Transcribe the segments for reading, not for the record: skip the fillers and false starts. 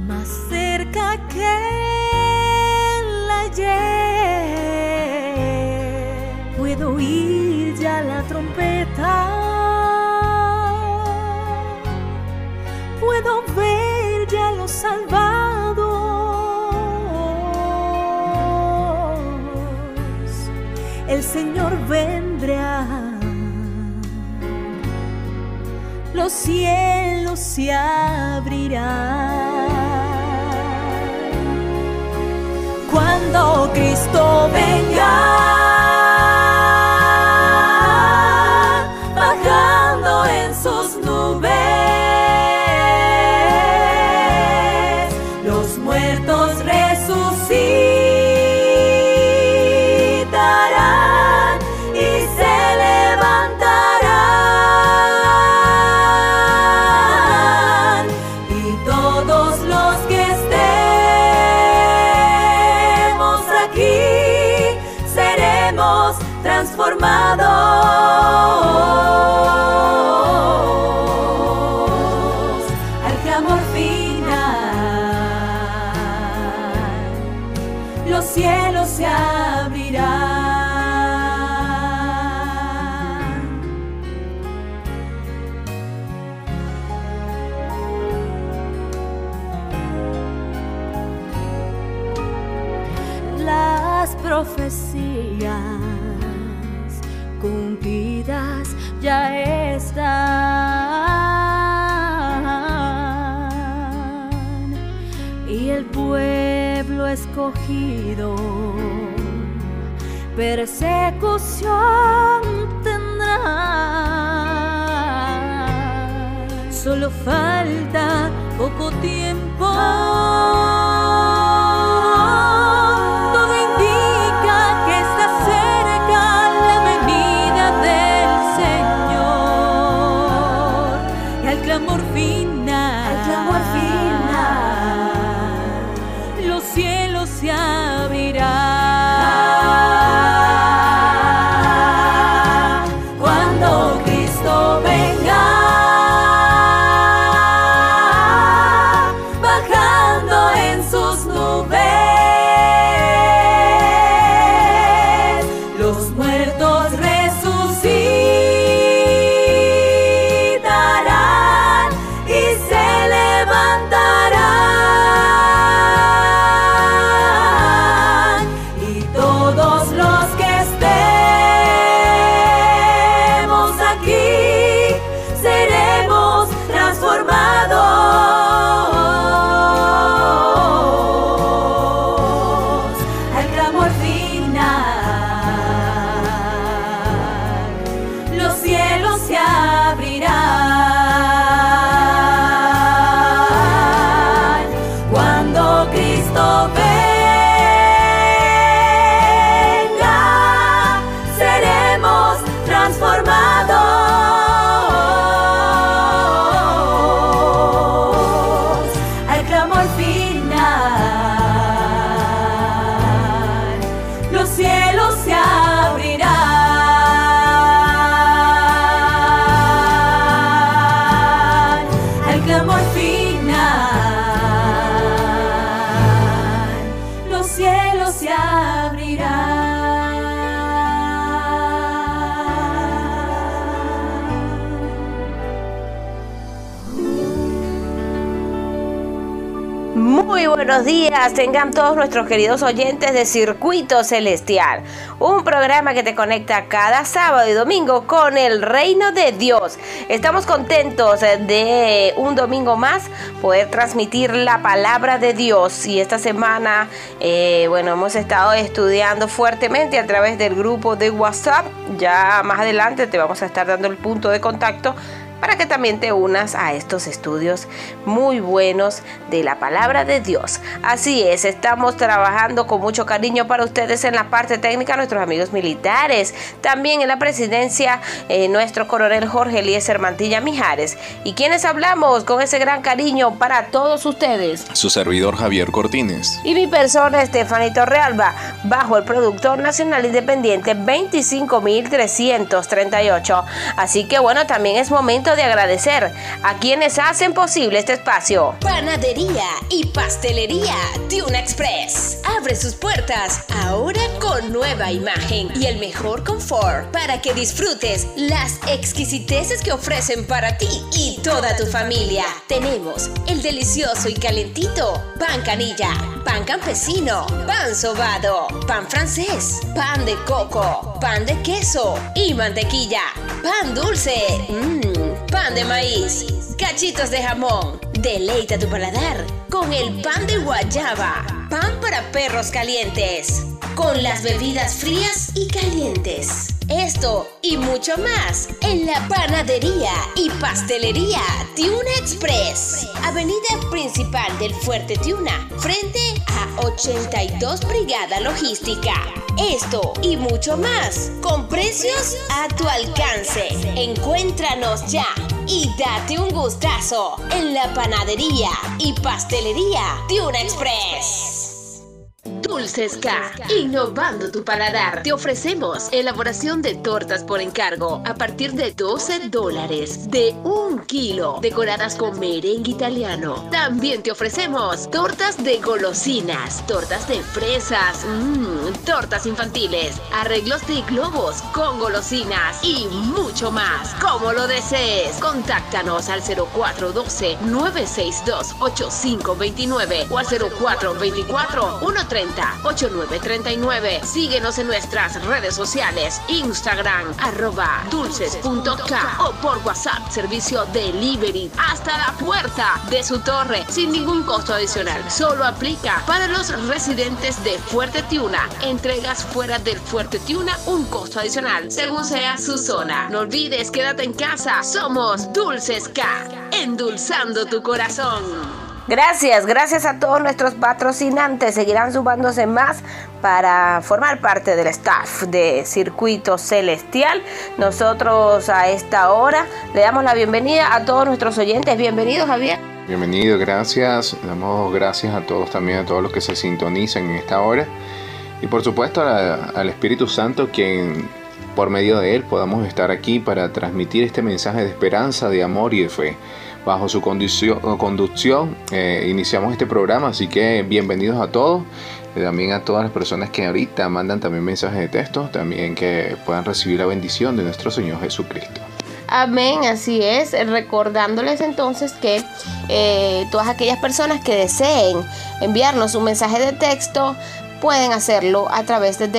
más cerca que el ayer. Puedo oír ya la trompeta, puedo ver ya los salvados. El Señor vendrá, los cielos se abrirán. Cuando Cristo venga, bajando en sus nubes, los muertos resucitarán y se levantarán, y todos los que estemos aquí seremos transformados al clamor final. Los cielos se abrirán. Las profecías cumplidas ya están, y el pueblo escogido persecución tendrá. Solo falta poco tiempo. Todo indica que está cerca la venida del Señor. Y al clamor final, los cielos se abrirán. Cuando Cristo venga, bajando en sus nubes, los muertos resucitarán y se levantarán, y todos los que estemos aquí seremos transformados al clamor final. Los cielos se abrirán. Cuando Cristo venga, seremos transformados al clamor final. Los cielos se abrirán al clamor final. Los cielos se abrirán. Muy buenos días, tengan todos nuestros queridos oyentes de Circuito Celestial, un programa que te conecta cada sábado y domingo con el reino de Dios. Estamos contentos de un domingo más poder transmitir la palabra de Dios, y esta semana hemos estado estudiando fuertemente a través del grupo de WhatsApp. Ya más adelante te vamos a estar dando el punto de contacto para que también te unas a estos estudios muy buenos de la palabra de Dios. Así es, estamos trabajando con mucho cariño para ustedes en la parte técnica, nuestros amigos militares, también en la presidencia, nuestro coronel Jorge Eliezer Mantilla Mijares, y quienes hablamos con ese gran cariño para todos ustedes, su servidor Javier Cortines y mi persona Estefanía Torrealba, bajo el productor nacional independiente 25.338. Así que bueno, también es momento momento de agradecer a quienes hacen posible este espacio. Panadería y pastelería Tiuna Express abre sus puertas ahora con nueva imagen y el mejor confort para que disfrutes las exquisiteces que ofrecen para ti y toda tu familia. Tenemos el delicioso y calentito pan canilla, pan campesino, pan sobado, pan francés, pan de coco, pan de queso y mantequilla, pan dulce, pan de maíz, cachitos de jamón. Deleita tu paladar con el pan de guayaba, pan para perros calientes, con las bebidas frías y calientes. Esto y mucho más en la Panadería y Pastelería Tiuna Express, avenida principal del Fuerte Tiuna, frente a 82 Brigada Logística. Esto y mucho más, con precios a tu alcance. Encuéntranos ya y date un gustazo en la Panadería y Pastelería Tiuna Express. Dulces K, innovando tu paladar. Te ofrecemos elaboración de tortas por encargo a partir de $12 de 1 kilo, decoradas con merengue italiano. También te ofrecemos tortas de golosinas, tortas de fresas, tortas infantiles, arreglos de globos con golosinas y mucho más. Como lo desees, contáctanos al 0412-962-8529 o al 0424-130-8939. Síguenos en nuestras redes sociales, Instagram, @dulces.k o por WhatsApp, servicio delivery hasta la puerta de su torre, sin ningún costo adicional. Solo aplica para los residentes de Fuerte Tiuna. Entregas fuera del Fuerte Tiuna, un costo adicional, según sea su zona. No olvides, quédate en casa. Somos Dulces K, endulzando tu corazón. Gracias a todos nuestros patrocinantes. Seguirán sumándose más para formar parte del staff de Circuito Celestial. Nosotros a esta hora le damos la bienvenida a todos nuestros oyentes. Bienvenido, Javier. Bienvenido, gracias. Damos gracias a todos también, a todos los que se sintonizan en esta hora. Y por supuesto al Espíritu Santo, quien por medio de él podamos estar aquí para transmitir este mensaje de esperanza, de amor y de fe. Bajo su conducción iniciamos este programa, así que bienvenidos a todos. También a todas las personas que ahorita mandan también mensajes de texto, también que puedan recibir la bendición de nuestro Señor Jesucristo. Amén, así es. Recordándoles entonces que todas aquellas personas que deseen enviarnos un mensaje de texto pueden hacerlo a través del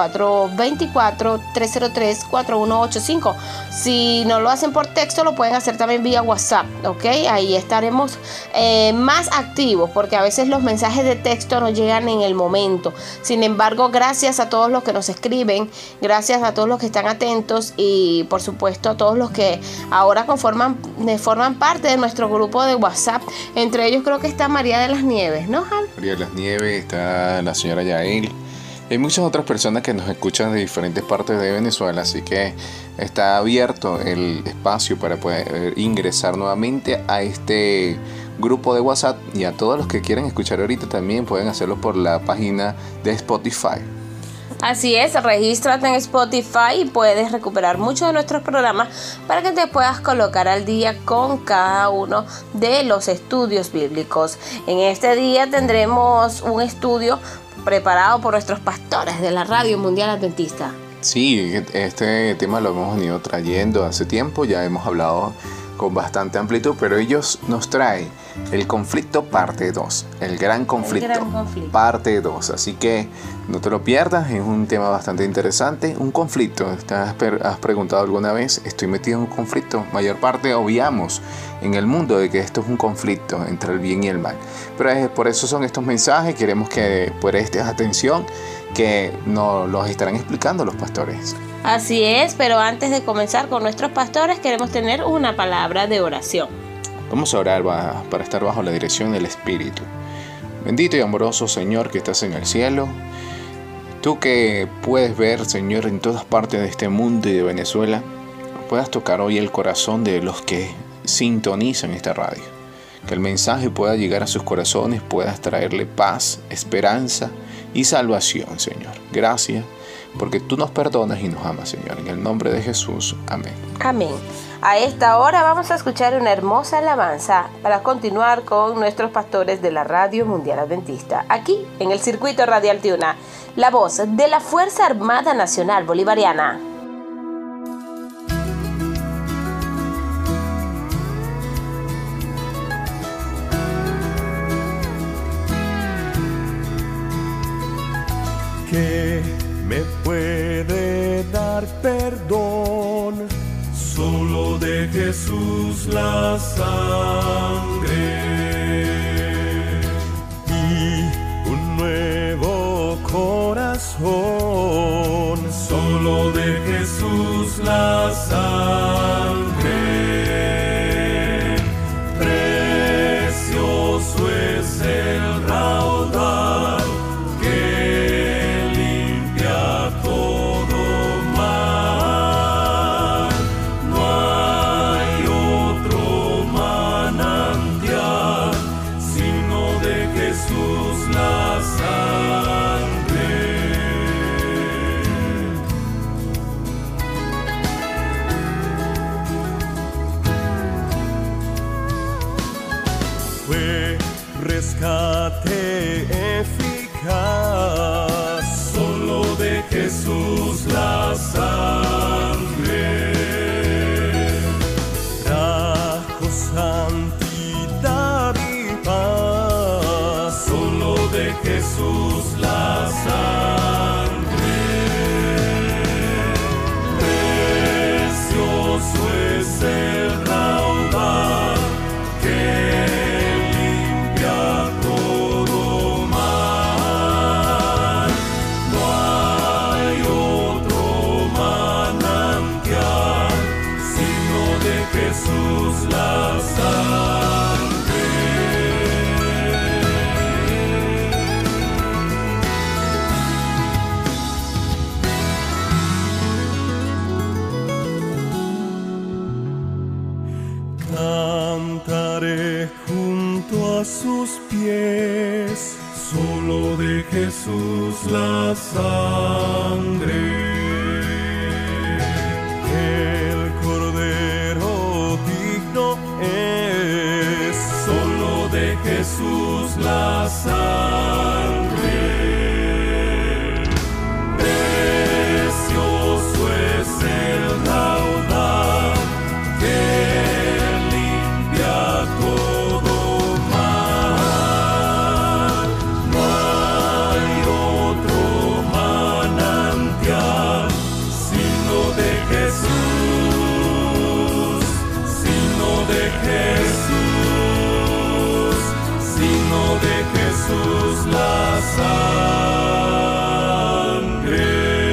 0424-303-4185. Si no lo hacen por texto, lo pueden hacer también vía WhatsApp, ¿ok? Ahí estaremos más activos, porque a veces los mensajes de texto no llegan en el momento. Sin embargo, gracias a todos los que nos escriben, gracias a todos los que están atentos y por supuesto a todos los que ahora forman parte de nuestro grupo de WhatsApp. Entre ellos creo que está María de las Nieves, ¿no, Jal? María de las Nieves, está la señora Yael. Hay muchas otras personas que nos escuchan de diferentes partes de Venezuela, así que está abierto el espacio para poder ingresar nuevamente a este grupo de WhatsApp, y a todos los que quieran escuchar ahorita también pueden hacerlo por la página de Spotify. Así es, regístrate en Spotify y puedes recuperar muchos de nuestros programas para que te puedas colocar al día con cada uno de los estudios bíblicos. En este día tendremos un estudio preparado por nuestros pastores de la Radio Mundial Adventista. Sí, este tema lo hemos venido trayendo hace tiempo, ya hemos hablado con bastante amplitud, pero ellos nos traen el conflicto parte 2, el gran conflicto parte 2, así que no te lo pierdas, es un tema bastante interesante. Un conflicto, ¿has preguntado alguna vez? ¿Estoy metido en un conflicto? Mayor parte obviamos en el mundo de que esto es un conflicto entre el bien y el mal, pero por eso son estos mensajes. Queremos que prestes atención, que nos los estarán explicando los pastores. Así es, pero antes de comenzar con nuestros pastores queremos tener una palabra de oración. Vamos a orar para estar bajo la dirección del Espíritu. Bendito y amoroso Señor que estás en el cielo, tú que puedes ver, Señor, en todas partes de este mundo y de Venezuela, puedas tocar hoy el corazón de los que sintonizan esta radio. Que el mensaje pueda llegar a sus corazones, puedas traerle paz, esperanza y salvación, Señor. Gracias, porque tú nos perdonas y nos amas, Señor. En el nombre de Jesús. Amén. Amén. A esta hora vamos a escuchar una hermosa alabanza para continuar con nuestros pastores de la Radio Mundial Adventista, aquí en el Circuito Radial Tiuna, la voz de la Fuerza Armada Nacional Bolivariana. ¿Qué me puede dar perdón? Solo de Jesús la sangre y un nuevo corazón. Solo de Jesús la sangre. Precioso es el raudal que limpia todo mal. No hay otro manantial sino de Jesús la sangre. Fue rescate eficaz, solo de Jesús la sangre. Trajo santidad y paz, solo de Jesús la sangre. Precioso es el raudal que limpia todo mal. No hay otro manantial sino de Jesús la sangre. Cantaré junto a sus pies, solo de Jesús la sangre. El Cordero digno es, solo de Jesús la sangre. Precioso es el raudal que limpia todo mal. No hay otro manantial sino de Jesús, sino de Jesús, sino de Jesús la sangre.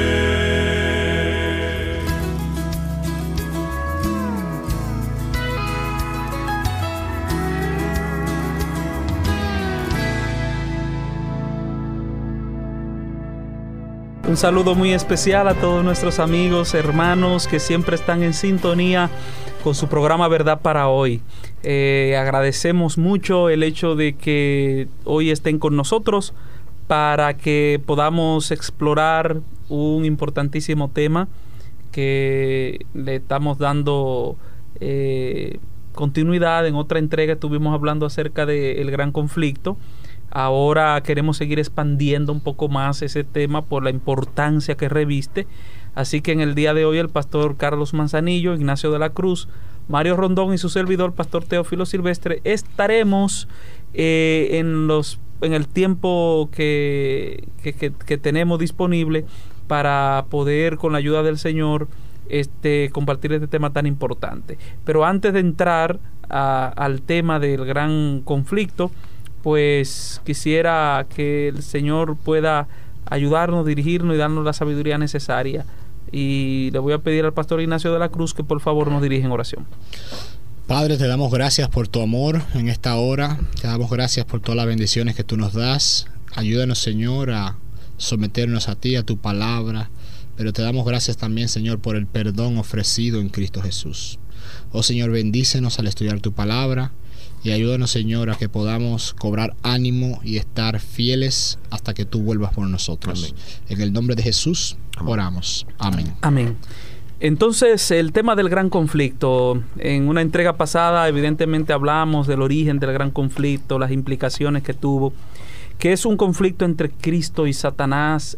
Un saludo muy especial a todos nuestros amigos, hermanos que siempre están en sintonía con su programa Verdad para Hoy. Agradecemos mucho el hecho de que hoy estén con nosotros para que podamos explorar un importantísimo tema que le estamos dando continuidad. En otra entrega estuvimos hablando acerca del gran conflicto. Ahora queremos seguir expandiendo un poco más ese tema por la importancia que reviste. Así que en el día de hoy el pastor Carlos Manzanillo, Ignacio de la Cruz, Mario Rondón y su servidor, pastor Teófilo Silvestre, estaremos en el tiempo que tenemos disponible para poder, con la ayuda del Señor, compartir este tema tan importante. Pero antes de entrar al tema del gran conflicto, pues quisiera que el Señor pueda ayudarnos, dirigirnos y darnos la sabiduría necesaria. Y le voy a pedir al pastor Ignacio de la Cruz que por favor nos dirija en oración. Padre, te damos gracias por tu amor en esta hora. Te damos gracias por todas las bendiciones que tú nos das. Ayúdanos, Señor, a someternos a ti, a tu palabra. Pero te damos gracias también, Señor, por el perdón ofrecido en Cristo Jesús. Oh Señor, bendícenos al estudiar tu palabra. Y ayúdanos, Señor, a que podamos cobrar ánimo y estar fieles hasta que tú vuelvas por nosotros. Amén. En el nombre de Jesús oramos. Amén. Amén. Entonces, el tema del gran conflicto. En una entrega pasada, evidentemente, hablamos del origen del gran conflicto, las implicaciones que tuvo, que es un conflicto entre Cristo y Satanás,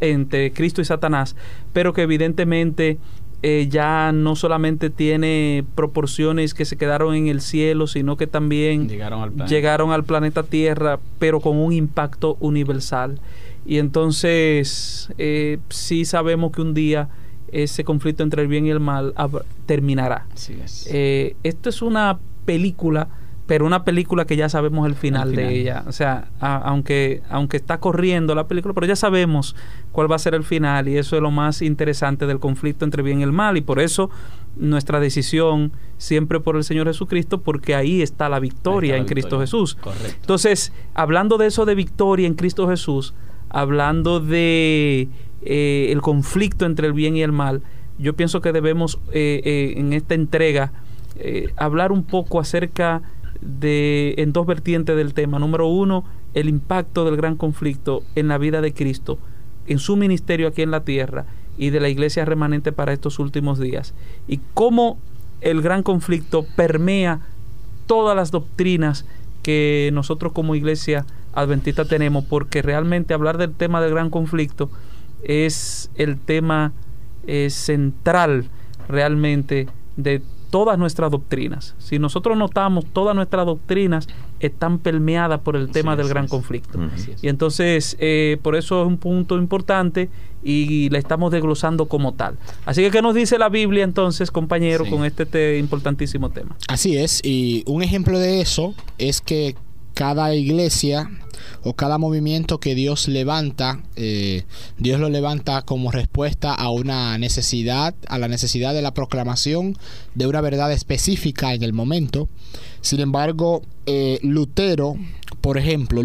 pero que evidentemente ya no solamente tiene proporciones que se quedaron en el cielo, sino que también llegaron al planeta Tierra, pero con un impacto universal. Y entonces sí sabemos que un día ese conflicto entre el bien y el mal terminará. Así es. Esto es una película, pero una película que ya sabemos el final de ella. O sea, aunque está corriendo la película, pero ya sabemos cuál va a ser el final, y eso es lo más interesante del conflicto entre el bien y el mal, y por eso nuestra decisión siempre por el Señor Jesucristo, porque ahí está la victoria en Cristo Jesús. Correcto. Entonces, hablando de eso de victoria en Cristo Jesús, hablando de el conflicto entre el bien y el mal, yo pienso que debemos en esta entrega hablar un poco acerca en dos vertientes del tema. Número uno, el impacto del gran conflicto en la vida de Cristo, en su ministerio aquí en la tierra y de la iglesia remanente para estos últimos días, y cómo el gran conflicto permea todas las doctrinas que nosotros como iglesia adventista tenemos, porque realmente hablar del tema del gran conflicto es el tema central realmente de todas nuestras doctrinas. Si nosotros notamos, todas nuestras doctrinas están permeadas por el tema del gran conflicto. Y entonces, por eso es un punto importante y la estamos desglosando como tal. Así que, ¿qué nos dice la Biblia entonces, compañero, con este importantísimo tema? Así es, y un ejemplo de eso es que cada iglesia o cada movimiento que Dios levanta, Dios lo levanta como respuesta a una necesidad, a la necesidad de la proclamación de una verdad específica en el momento. Sin embargo, Lutero, por ejemplo,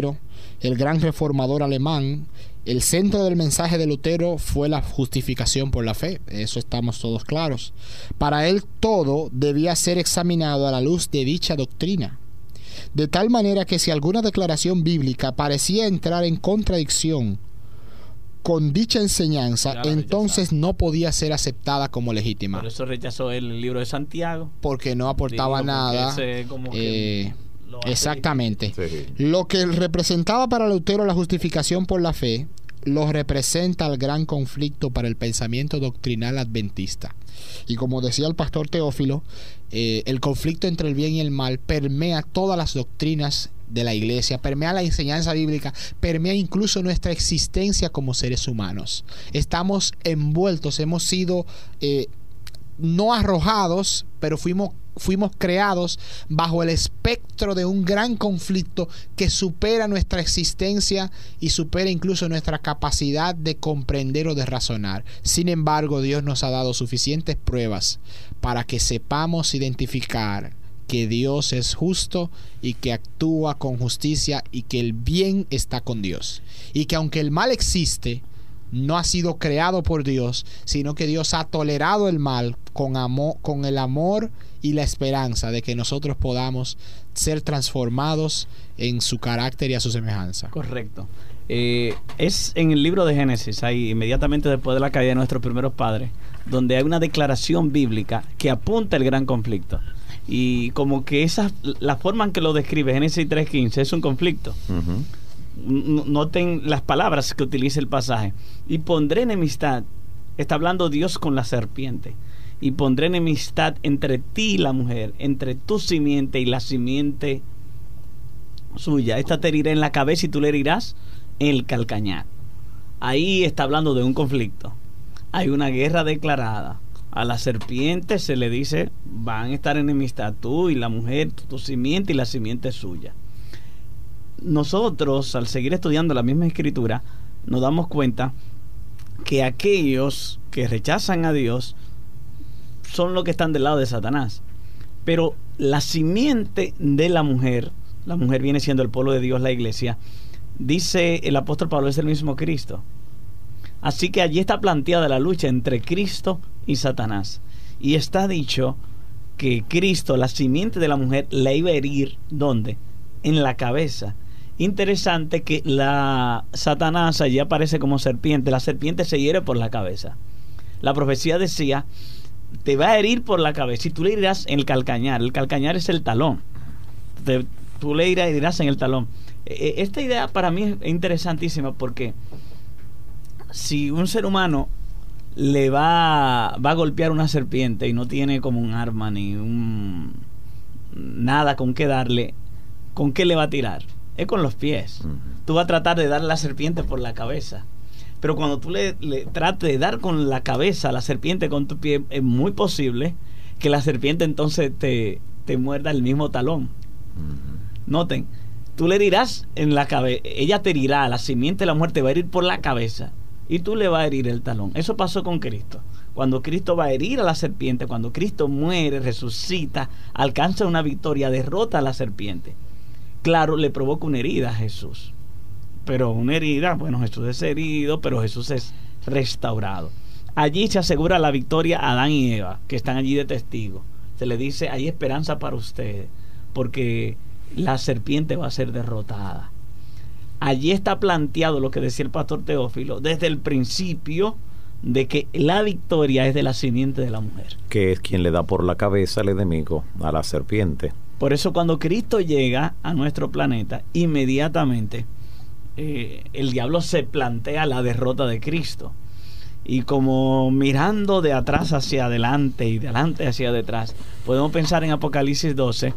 el gran reformador alemán, el centro del mensaje de Lutero fue la justificación por la fe. Eso estamos todos claros. Para él todo debía ser examinado a la luz de dicha doctrina. De tal manera que si alguna declaración bíblica parecía entrar en contradicción con dicha enseñanza, entonces no podía ser aceptada como legítima. Por eso rechazó el libro de Santiago. Porque no aportaba nada. Exactamente. Sí. Lo que representaba para Lutero la justificación por la fe, lo representa el gran conflicto para el pensamiento doctrinal adventista. Y como decía el pastor Teófilo, el conflicto entre el bien y el mal permea todas las doctrinas de la iglesia, permea la enseñanza bíblica, permea incluso nuestra existencia como seres humanos. Estamos envueltos, hemos sido no arrojados, pero fuimos creados bajo el espectro de un gran conflicto que supera nuestra existencia y supera incluso nuestra capacidad de comprender o de razonar. Sin embargo, Dios nos ha dado suficientes pruebas para que sepamos identificar que Dios es justo y que actúa con justicia y que el bien está con Dios. Y que aunque el mal existe, no ha sido creado por Dios, sino que Dios ha tolerado el mal con el amor y la esperanza de que nosotros podamos ser transformados en su carácter y a su semejanza. Correcto. Es en el libro de Génesis, ahí inmediatamente después de la caída de nuestros primeros padres, donde hay una declaración bíblica que apunta al gran conflicto. Y como que la forma en que lo describe Génesis 3:15 es un conflicto. Noten las palabras que utiliza el pasaje. Y pondré enemistad, está hablando Dios con la serpiente, y pondré enemistad entre ti y la mujer, entre tu simiente y la simiente suya. Esta te herirá en la cabeza y tú le herirás en el calcañar. Ahí está hablando de un conflicto. Hay una guerra declarada. A la serpiente se le dice: van a estar en enemistad tú y la mujer, tu simiente y la simiente suya. Nosotros, al seguir estudiando la misma escritura, nos damos cuenta que aquellos que rechazan a Dios son los que están del lado de Satanás. Pero la simiente de la mujer viene siendo el pueblo de Dios, la iglesia, dice el apóstol Pablo, es el mismo Cristo. Así que allí está planteada la lucha entre Cristo y Satanás. Y está dicho que Cristo, la simiente de la mujer, la iba a herir, ¿dónde? En la cabeza. Interesante que Satanás allí aparece como serpiente. La serpiente se hiere por la cabeza. La profecía decía te va a herir por la cabeza y tú le herirás en el calcañar. El calcañar es el talón. Tú le herirás en el talón. Esta idea para mí es interesantísima, porque si un ser humano le va a golpear una serpiente y no tiene como un arma ni nada con qué darle, ¿con qué le va a tirar? Es con los pies. Tú vas a tratar de darle a la serpiente por la cabeza. Pero cuando tú le trates de dar con la cabeza a la serpiente con tu pie, es muy posible que la serpiente entonces te muerda el mismo talón. Noten, tú le herirás en la cabeza, ella te herirá, la simiente de la muerte va a herir por la cabeza y tú le vas a herir el talón. Eso pasó con Cristo. Cuando Cristo va a herir a la serpiente, cuando Cristo muere, resucita, alcanza una victoria, derrota a la serpiente. Claro, le provoca una herida a Jesús. Pero una herida, bueno, Jesús es herido, pero Jesús es restaurado. Allí se asegura la victoria a Adán y Eva, que están allí de testigos. Se le dice, hay esperanza para ustedes, porque la serpiente va a ser derrotada. Allí está planteado lo que decía el pastor Teófilo desde el principio, de que la victoria es de la simiente de la mujer, que es quien le da por la cabeza al enemigo, a la serpiente. Por eso cuando Cristo llega a nuestro planeta, inmediatamente el diablo se plantea la derrota de Cristo, y como mirando de atrás hacia adelante y de adelante hacia detrás, podemos pensar en Apocalipsis 12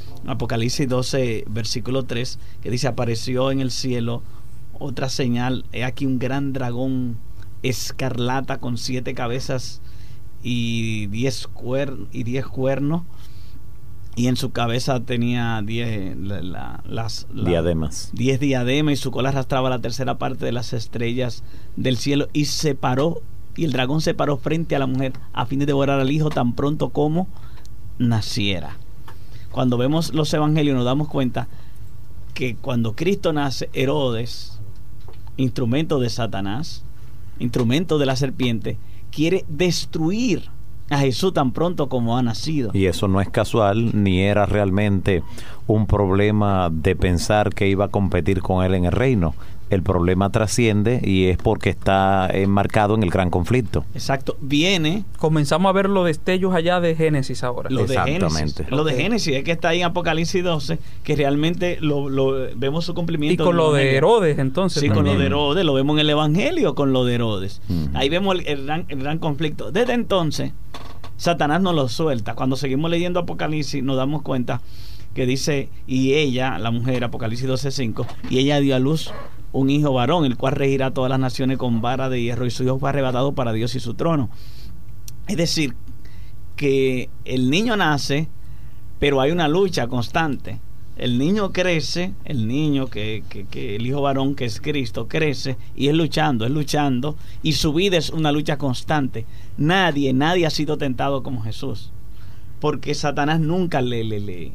versículo 3, que dice: apareció en el cielo otra señal, he aquí un gran dragón escarlata con 7 cabezas y 10 cuernos, y en su cabeza tenía 10 diademas. 10 diademas, y su cola arrastraba la tercera parte de las estrellas del cielo, y el dragón se paró frente a la mujer a fin de devorar al hijo tan pronto como naciera. Cuando vemos los evangelios nos damos cuenta que cuando Cristo nace, Herodes, instrumento de Satanás, instrumento de la serpiente, quiere destruir a Jesús tan pronto como ha nacido. Y eso no es casual, ni era realmente un problema de pensar que iba a competir con él en el reino. El problema trasciende y es porque está enmarcado en el gran conflicto. Exacto. Comenzamos a ver los destellos allá de Génesis ahora. Exactamente. Lo de Génesis es que está ahí en Apocalipsis 12, que realmente lo vemos su cumplimiento. Y con lo de Herodes, entonces. Sí, también. Con lo de Herodes, lo vemos en el Evangelio con lo de Herodes. Ahí vemos el gran conflicto. Desde entonces, Satanás no lo suelta. Cuando seguimos leyendo Apocalipsis, nos damos cuenta que dice, y ella, la mujer, Apocalipsis 12:5, y ella dio a luz un hijo varón, el cual regirá todas las naciones con vara de hierro, y su hijo fue arrebatado para Dios y su trono. Es decir, que el niño nace, pero hay una lucha constante. El niño crece, el niño que el hijo varón, que es Cristo, crece y es luchando, y su vida es una lucha constante. Nadie ha sido tentado como Jesús, porque Satanás nunca le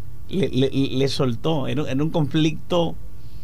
soltó. Era un conflicto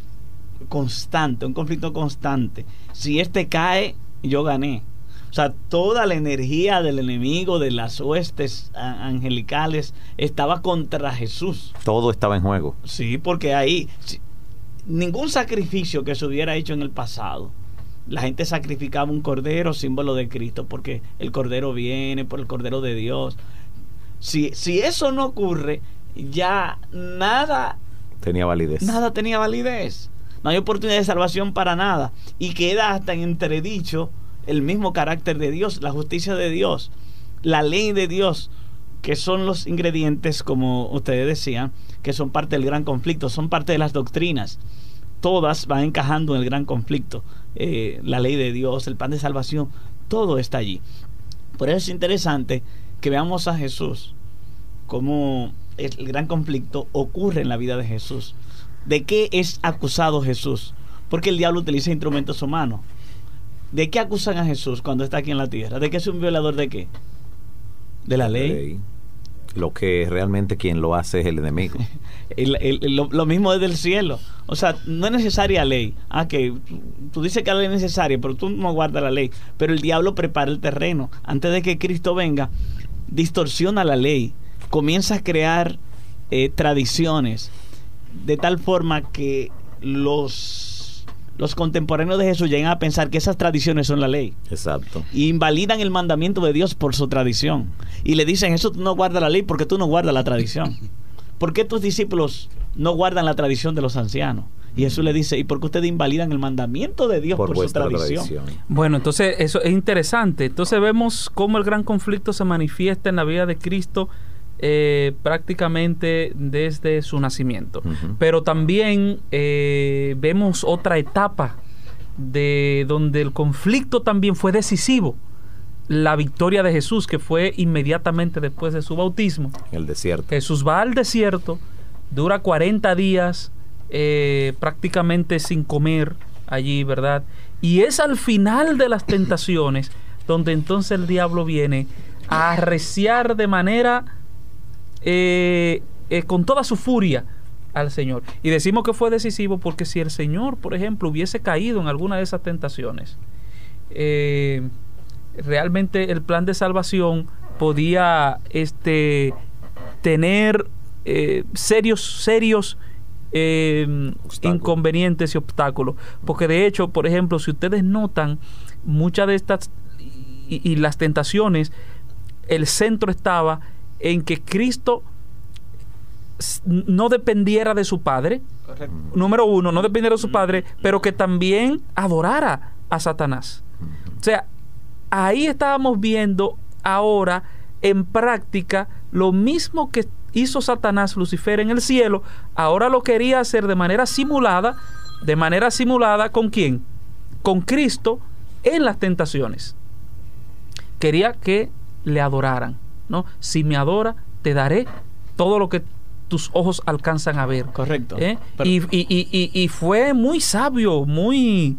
constante. Si este cae, yo gané. O sea, toda la energía del enemigo, de las huestes angelicales, estaba contra Jesús. Todo estaba en juego. Sí, porque ahí ningún sacrificio que se hubiera hecho en el pasado, la gente sacrificaba un cordero, símbolo de Cristo, porque el cordero viene por el cordero de Dios. Si eso no ocurre, ya nada tenía validez. No hay oportunidad de salvación para nada, y queda hasta en entredicho el mismo carácter de Dios, la justicia de Dios, la ley de Dios, que son los ingredientes, como ustedes decían, que son parte del gran conflicto, son parte de las doctrinas. Todas van encajando en el gran conflicto. La ley de Dios, el plan de salvación, todo está allí. Por eso es interesante que veamos a Jesús, cómo el gran conflicto ocurre en la vida de Jesús. ¿De qué es acusado Jesús? Porque el diablo utiliza instrumentos humanos. ¿De qué acusan a Jesús cuando está aquí en la tierra? ¿De que es un violador de qué? ¿De la ley? Lo que realmente quien lo hace es el enemigo. Lo mismo desde el cielo. O sea, no es necesaria ley. Que tú dices que la ley es necesaria, pero tú no guardas la ley. Pero el diablo prepara el terreno. Antes de que Cristo venga, distorsiona la ley. Comienza a crear tradiciones, de tal forma que los los contemporáneos de Jesús llegan a pensar que esas tradiciones son la ley. Exacto. Y invalidan el mandamiento de Dios por su tradición. Y le dicen, Jesús, tú no guardas la ley porque tú no guardas la tradición. ¿Por qué tus discípulos no guardan la tradición de los ancianos? Y Jesús le dice, ¿y por qué ustedes invalidan el mandamiento de Dios por su tradición? Bueno, entonces eso es interesante. Entonces vemos cómo el gran conflicto se manifiesta en la vida de Cristo prácticamente desde su nacimiento. Pero también vemos otra etapa de donde el conflicto también fue decisivo. La victoria de Jesús, que fue inmediatamente después de su bautismo. En el desierto. Jesús va al desierto, dura 40 días prácticamente sin comer allí, ¿verdad? Y es al final de las tentaciones donde entonces el diablo viene a arreciar de manera con toda su furia al Señor. Y decimos que fue decisivo porque si el Señor, por ejemplo, hubiese caído en alguna de esas tentaciones, realmente el plan de salvación podía tener serios inconvenientes y obstáculos, porque de hecho, por ejemplo, si ustedes notan, muchas de estas y las tentaciones, el centro estaba en que Cristo no dependiera de su Padre. Correcto. Número uno, no dependiera de su Padre, pero que también adorara a Satanás. O sea, ahí estábamos viendo ahora en práctica lo mismo que hizo Satanás, Lucifer, en el cielo. Ahora lo quería hacer de manera simulada. ¿Con quién? Con Cristo en las tentaciones. Quería que le adoraran, ¿no? Si me adora, te daré todo lo que tus ojos alcanzan a ver. Correcto. Y fue muy sabio, muy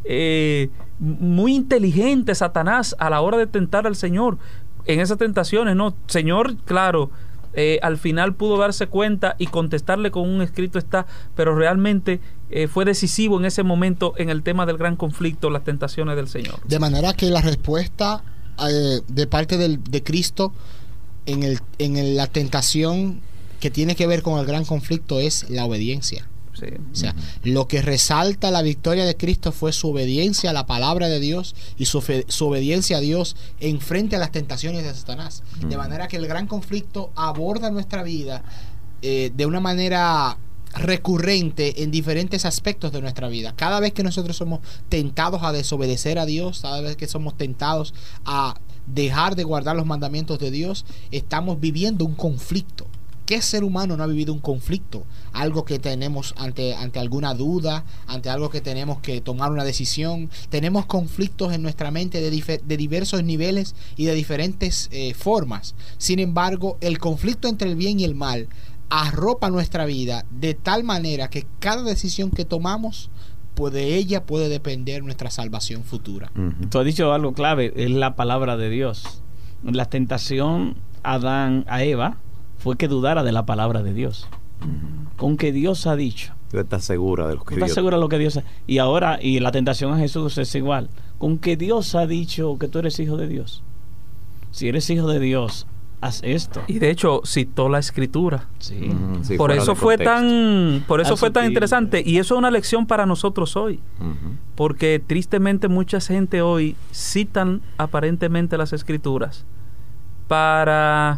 inteligente Satanás a la hora de tentar al Señor en esas tentaciones, ¿no? Señor, claro, al final pudo darse cuenta y contestarle con un escrito está, pero realmente fue decisivo en ese momento en el tema del gran conflicto, las tentaciones del Señor. De manera que la respuesta de parte de Cristo en la tentación que tiene que ver con el gran conflicto es la obediencia. Sí. O sea, lo que resalta la victoria de Cristo fue su obediencia a la palabra de Dios y su obediencia a Dios en frente a las tentaciones de Satanás. De manera que el gran conflicto aborda nuestra vida de una manera recurrente en diferentes aspectos de nuestra vida. Cada vez que nosotros somos tentados a desobedecer a Dios, cada vez que somos tentados a dejar de guardar los mandamientos de Dios, estamos viviendo un conflicto. ¿Qué ser humano no ha vivido un conflicto? Algo que tenemos ante alguna duda, ante algo que tenemos que tomar una decisión. Tenemos conflictos en nuestra mente de diversos niveles y de diferentes formas. Sin embargo, el conflicto entre el bien y el mal arropa nuestra vida de tal manera que cada decisión que tomamos, pues de ella puede depender nuestra salvación futura. Tú has dicho algo clave, es la palabra de Dios. La tentación a Eva fue que dudara de la palabra de Dios. Con que Dios ha dicho. Tú estás segura de lo que Dios. Estás segura de lo que Dios ha. Y ahora, y la tentación a Jesús es igual. Con que Dios ha dicho que tú eres hijo de Dios. Si eres hijo de Dios, haz esto. Y de hecho citó la Escritura. Sí. Sí, por eso fue tan interesante. Y eso es una lección para nosotros hoy. Porque tristemente mucha gente hoy citan aparentemente las Escrituras para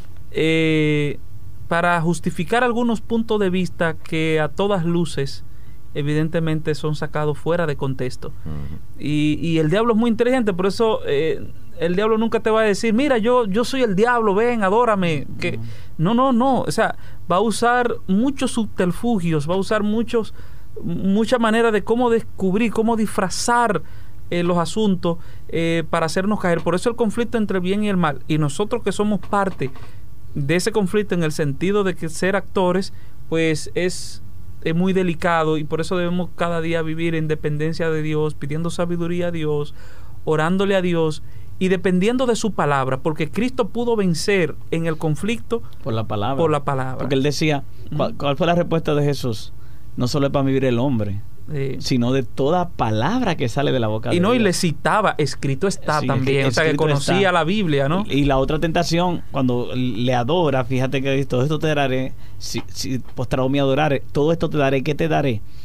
justificar algunos puntos de vista que a todas luces evidentemente son sacados fuera de contexto. Y el diablo es muy inteligente, por eso el diablo nunca te va a decir, mira, yo soy el diablo, ven, adórame. Que no, o sea, va a usar muchos subterfugios, va a usar mucha manera de cómo descubrir, cómo disfrazar los asuntos para hacernos caer. Por eso el conflicto entre el bien y el mal, y nosotros que somos parte de ese conflicto en el sentido de que ser actores, pues es muy delicado, y por eso debemos cada día vivir en dependencia de Dios, pidiendo sabiduría a Dios, orándole a Dios y dependiendo de su palabra, porque Cristo pudo vencer en el conflicto por la palabra. Porque él decía, ¿cuál fue la respuesta de Jesús? No solo es para vivir el hombre, sino de toda palabra que sale de la boca de Dios. Y le citaba, escrito está también, o sea, que conocía la Biblia, ¿no? Y la otra tentación, cuando le adora, fíjate que todo esto te daré, si postrado me adorare, todo esto te daré, ¿qué te daré?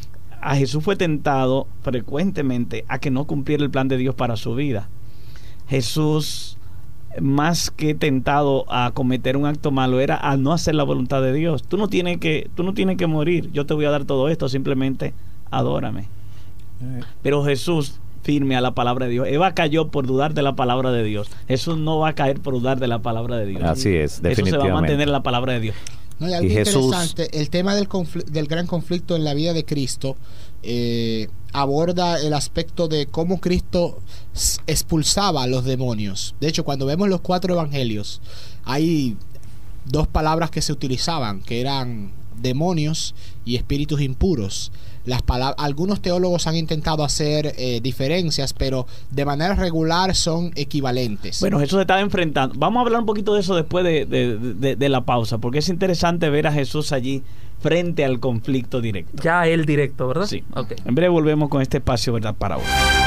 a Jesús fue tentado frecuentemente a que no cumpliera el plan de Dios para su vida. Jesús, más que tentado a cometer un acto malo, era a no hacer la voluntad de Dios. Tú no tienes que morir, yo te voy a dar todo esto, simplemente adórame. Pero Jesús, firme a la palabra de Dios. Eva cayó por dudar de la palabra de Dios. Jesús no va a caer por dudar de la palabra de Dios. Así es, definitivamente. Eso se va a mantener en la palabra de Dios. No, y algo interesante, el tema del gran conflicto en la vida de Cristo aborda el aspecto de cómo Cristo expulsaba a los demonios. De hecho, cuando vemos los 4 evangelios, hay 2 palabras que se utilizaban, que eran demonios y espíritus impuros. Algunos teólogos han intentado hacer diferencias, pero de manera regular son equivalentes. Bueno, Jesús se estaba enfrentando. Vamos a hablar un poquito de eso después de la pausa, porque es interesante ver a Jesús allí frente al conflicto directo. Ya el directo, ¿verdad? Sí. Okay. En breve volvemos con este espacio, ¿verdad?, para hoy.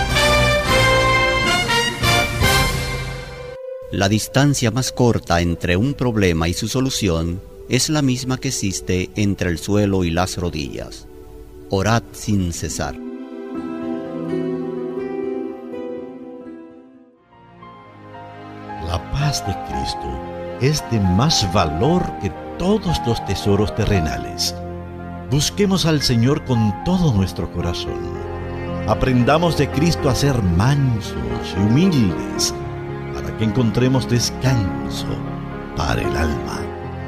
La distancia más corta entre un problema y su solución es la misma que existe entre el suelo y las rodillas. Orad sin cesar. La paz de Cristo es de más valor que todos los tesoros terrenales. Busquemos al Señor con todo nuestro corazón. Aprendamos de Cristo a ser mansos y humildes, para que encontremos descanso para el alma.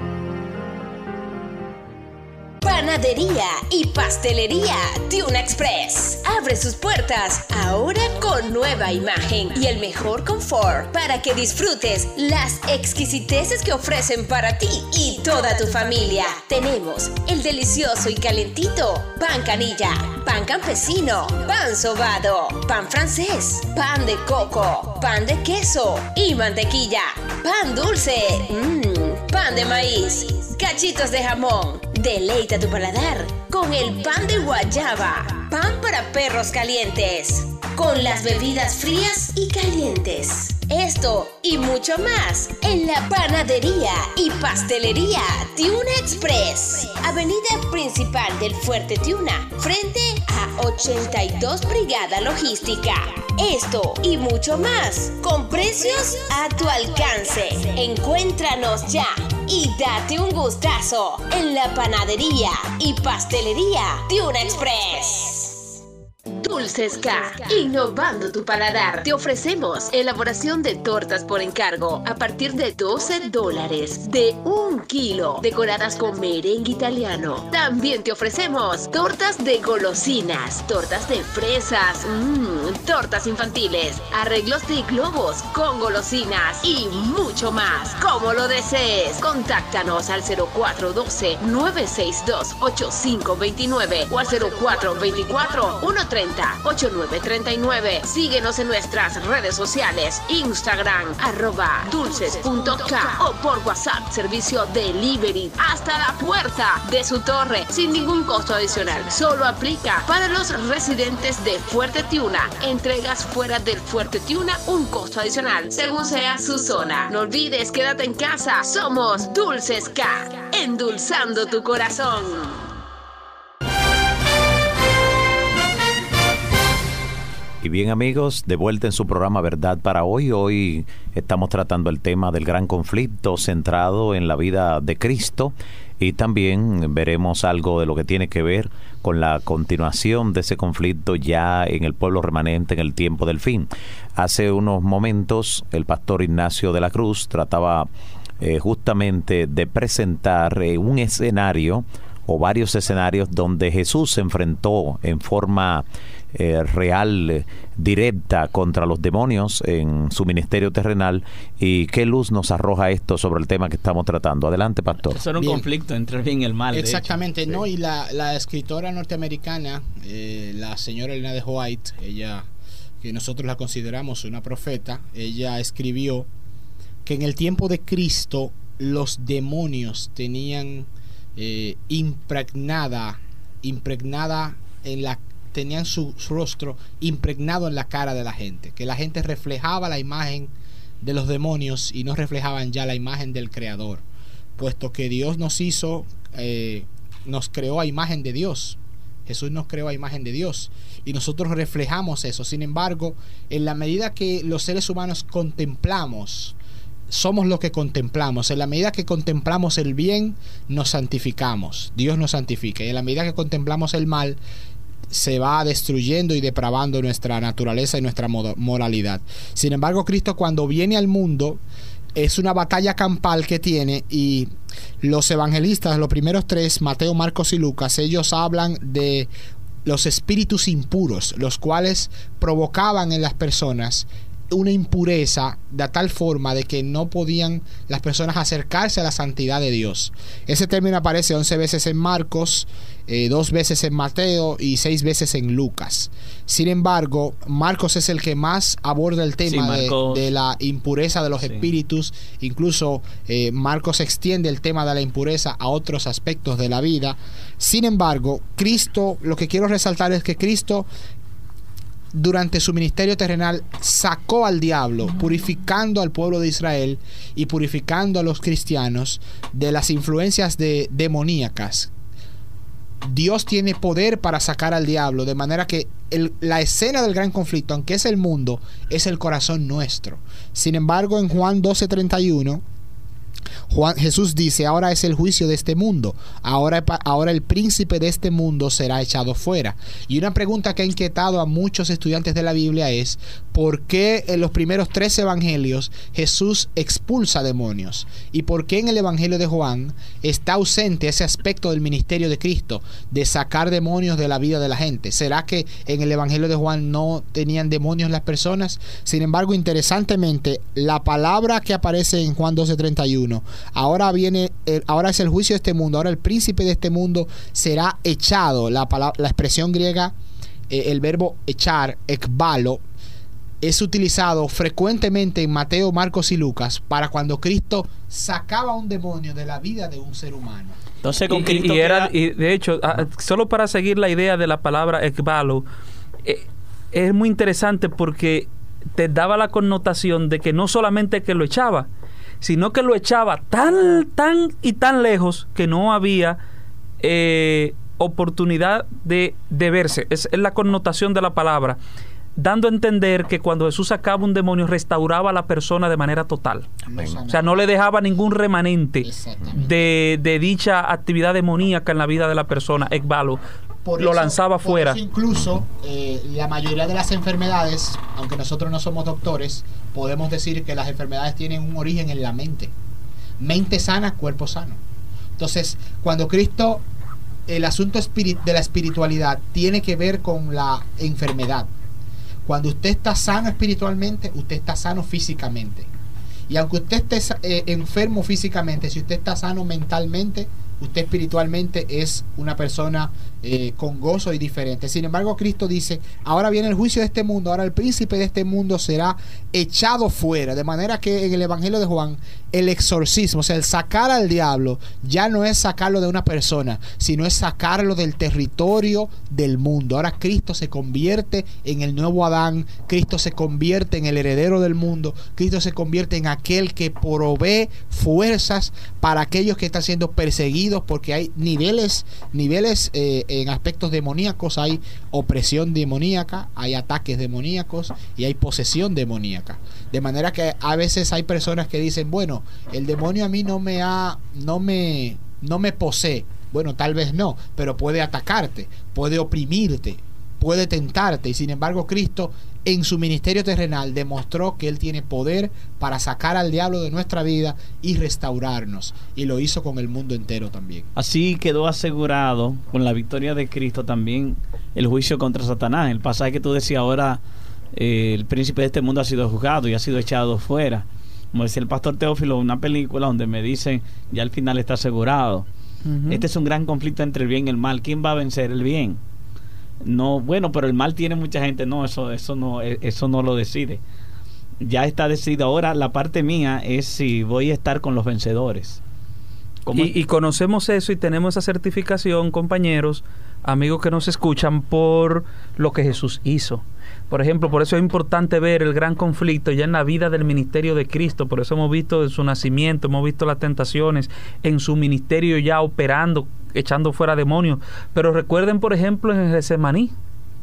Panadería y pastelería Tiuna Express abre sus puertas ahora con nueva imagen y el mejor confort para que disfrutes las exquisiteces que ofrecen para ti y toda tu familia. Tenemos el delicioso y calentito pan canilla, pan campesino, pan sobado, pan francés, pan de coco, pan de queso y mantequilla, pan dulce, pan de maíz, cachitos de jamón. Deleita tu paladar con el pan de guayaba, pan para perros calientes, con las bebidas frías y calientes. Esto y mucho más en la panadería y pastelería Tiuna Express, avenida principal del Fuerte Tiuna, frente a 82 Brigada Logística. Esto y mucho más, con precios a tu alcance. Encuéntranos ya y date un gustazo en la panadería y pastelería Tiuna Express. Dulces K, innovando tu paladar. Te ofrecemos elaboración de tortas por encargo a partir de $12 de 1 kilo, decoradas con merengue italiano. También te ofrecemos tortas de golosinas, tortas de fresas, tortas infantiles, arreglos de globos con golosinas y mucho más. Como lo desees, contáctanos al 0412-962-8529 o al 0424-130-8939. Síguenos en nuestras redes sociales, Instagram, @dulces.k o por WhatsApp, servicio delivery hasta la puerta de su torre, sin ningún costo adicional. Solo aplica para los residentes de Fuerte Tiuna. Entregas fuera del Fuerte Tiuna, un costo adicional, según sea su zona. No olvides, quédate en casa. Somos Dulces K, endulzando tu corazón. Y bien, amigos, de vuelta en su programa Verdad para Hoy. Hoy estamos tratando el tema del gran conflicto centrado en la vida de Cristo, y también veremos algo de lo que tiene que ver con la continuación de ese conflicto ya en el pueblo remanente en el tiempo del fin. Hace unos momentos el pastor Ignacio de la Cruz trataba justamente de presentar un escenario o varios escenarios donde Jesús se enfrentó en forma real, directa contra los demonios en su ministerio terrenal. ¿Y qué luz nos arroja esto sobre el tema que estamos tratando? Adelante, pastor. Eso era un conflicto entre el bien y el mal. Exactamente, ¿no? Sí. Y la escritora norteamericana, la señora Elena de White, ella, que nosotros la consideramos una profeta, ella escribió que en el tiempo de Cristo los demonios tenían tenían su rostro impregnado en la cara de la gente, que la gente reflejaba la imagen de los demonios y no reflejaban ya la imagen del Creador, puesto que Dios nos hizo, nos creó a imagen de Dios, Jesús nos creó a imagen de Dios y nosotros reflejamos eso. Sin embargo, en la medida que los seres humanos contemplamos, somos lo que contemplamos. En la medida que contemplamos el bien, nos santificamos. Dios nos santifica. Y en la medida que contemplamos el mal, se va destruyendo y depravando nuestra naturaleza y nuestra moralidad. Sin embargo, Cristo, cuando viene al mundo, es una batalla campal que tiene, y los evangelistas, los primeros tres, Mateo, Marcos y Lucas, ellos hablan de los espíritus impuros, los cuales provocaban en las personas una impureza de tal forma de que no podían las personas acercarse a la santidad de Dios. Ese término aparece 11 veces en Marcos, 2 veces en Mateo y 6 veces en Lucas. Sin embargo, Marcos es el que más aborda el tema de la impureza de los espíritus. Incluso Marcos extiende el tema de la impureza a otros aspectos de la vida. Sin embargo, Cristo, lo que quiero resaltar es que Cristo, durante su ministerio terrenal, sacó al diablo, purificando al pueblo de Israel y purificando a los cristianos de las influencias demoníacas. Dios tiene poder para sacar al diablo, de manera que la escena del gran conflicto, aunque es el mundo, es el corazón nuestro. Sin embargo, en Juan 12:31, Jesús dice: ahora es el juicio de este mundo, ahora el príncipe de este mundo será echado fuera. Y una pregunta que ha inquietado a muchos estudiantes de la Biblia es: ¿por qué en los primeros 3 evangelios Jesús expulsa demonios? ¿Y por qué en el evangelio de Juan está ausente ese aspecto del ministerio de Cristo, de sacar demonios de la vida de la gente? ¿Será que en el evangelio de Juan no tenían demonios las personas? Sin embargo, interesantemente, la palabra que aparece en Juan 12:31, ahora es el juicio de este mundo, ahora el príncipe de este mundo será echado. La expresión griega, el verbo echar, ekbalo, es utilizado frecuentemente en Mateo, Marcos y Lucas para cuando Cristo sacaba un demonio de la vida de un ser humano. Entonces, con Cristo y de hecho, solo para seguir la idea de la palabra ekbalo, es muy interesante porque te daba la connotación de que no solamente que lo echaba, sino que lo echaba tan lejos que no había oportunidad de verse. Es la connotación de la palabra, dando a entender que cuando Jesús sacaba un demonio, restauraba a la persona de manera total. O sea, no le dejaba ningún remanente de dicha actividad demoníaca en la vida de la persona. Ekbalo. Lo lanzaba fuera. Incluso la mayoría de las enfermedades, aunque nosotros no somos doctores, podemos decir que las enfermedades tienen un origen en la mente. Mente sana, cuerpo sano. Entonces, cuando Cristo, el asunto de la espiritualidad tiene que ver con la enfermedad. Cuando usted está sano espiritualmente, usted está sano físicamente. Y aunque usted esté enfermo físicamente, si usted está sano mentalmente, usted espiritualmente es una persona con gozo y diferente. Sin embargo, Cristo dice: ahora viene el juicio de este mundo, ahora el príncipe de este mundo será echado fuera. De manera que en el evangelio de Juan, el exorcismo, o sea, el sacar al diablo, ya no es sacarlo de una persona, sino es sacarlo del territorio del mundo. Ahora Cristo se convierte en el nuevo Adán, Cristo se convierte en el heredero del mundo, Cristo se convierte en aquel que provee fuerzas para aquellos que están siendo perseguidos, porque hay niveles en aspectos demoníacos. Hay opresión demoníaca, hay ataques demoníacos y hay posesión demoníaca. De manera que a veces hay personas que dicen: bueno, el demonio a mí no me posee. Bueno, tal vez no, pero puede atacarte, puede oprimirte, puede tentarte. Y sin embargo, Cristo en su ministerio terrenal demostró que Él tiene poder para sacar al diablo de nuestra vida y restaurarnos, y lo hizo con el mundo entero también. Así quedó asegurado con la victoria de Cristo también el juicio contra Satanás. El pasaje que tú decías ahora, el príncipe de este mundo ha sido juzgado y ha sido echado fuera. Como decía el pastor Teófilo, una película donde me dicen: ya al final está asegurado. Este es un gran conflicto entre el bien y el mal. ¿Quién va a vencer? El bien. No, bueno, pero el mal tiene mucha gente. No, eso no lo decide. Ya está decidido. Ahora la parte mía es si voy a estar con los vencedores. Y conocemos eso y tenemos esa certificación, compañeros, amigos que nos escuchan, por lo que Jesús hizo. Por ejemplo, por eso es importante ver el gran conflicto ya en la vida del ministerio de Cristo. Por eso hemos visto su nacimiento, hemos visto las tentaciones en su ministerio ya operando echando fuera demonios. Pero recuerden, por ejemplo, en el Getsemaní,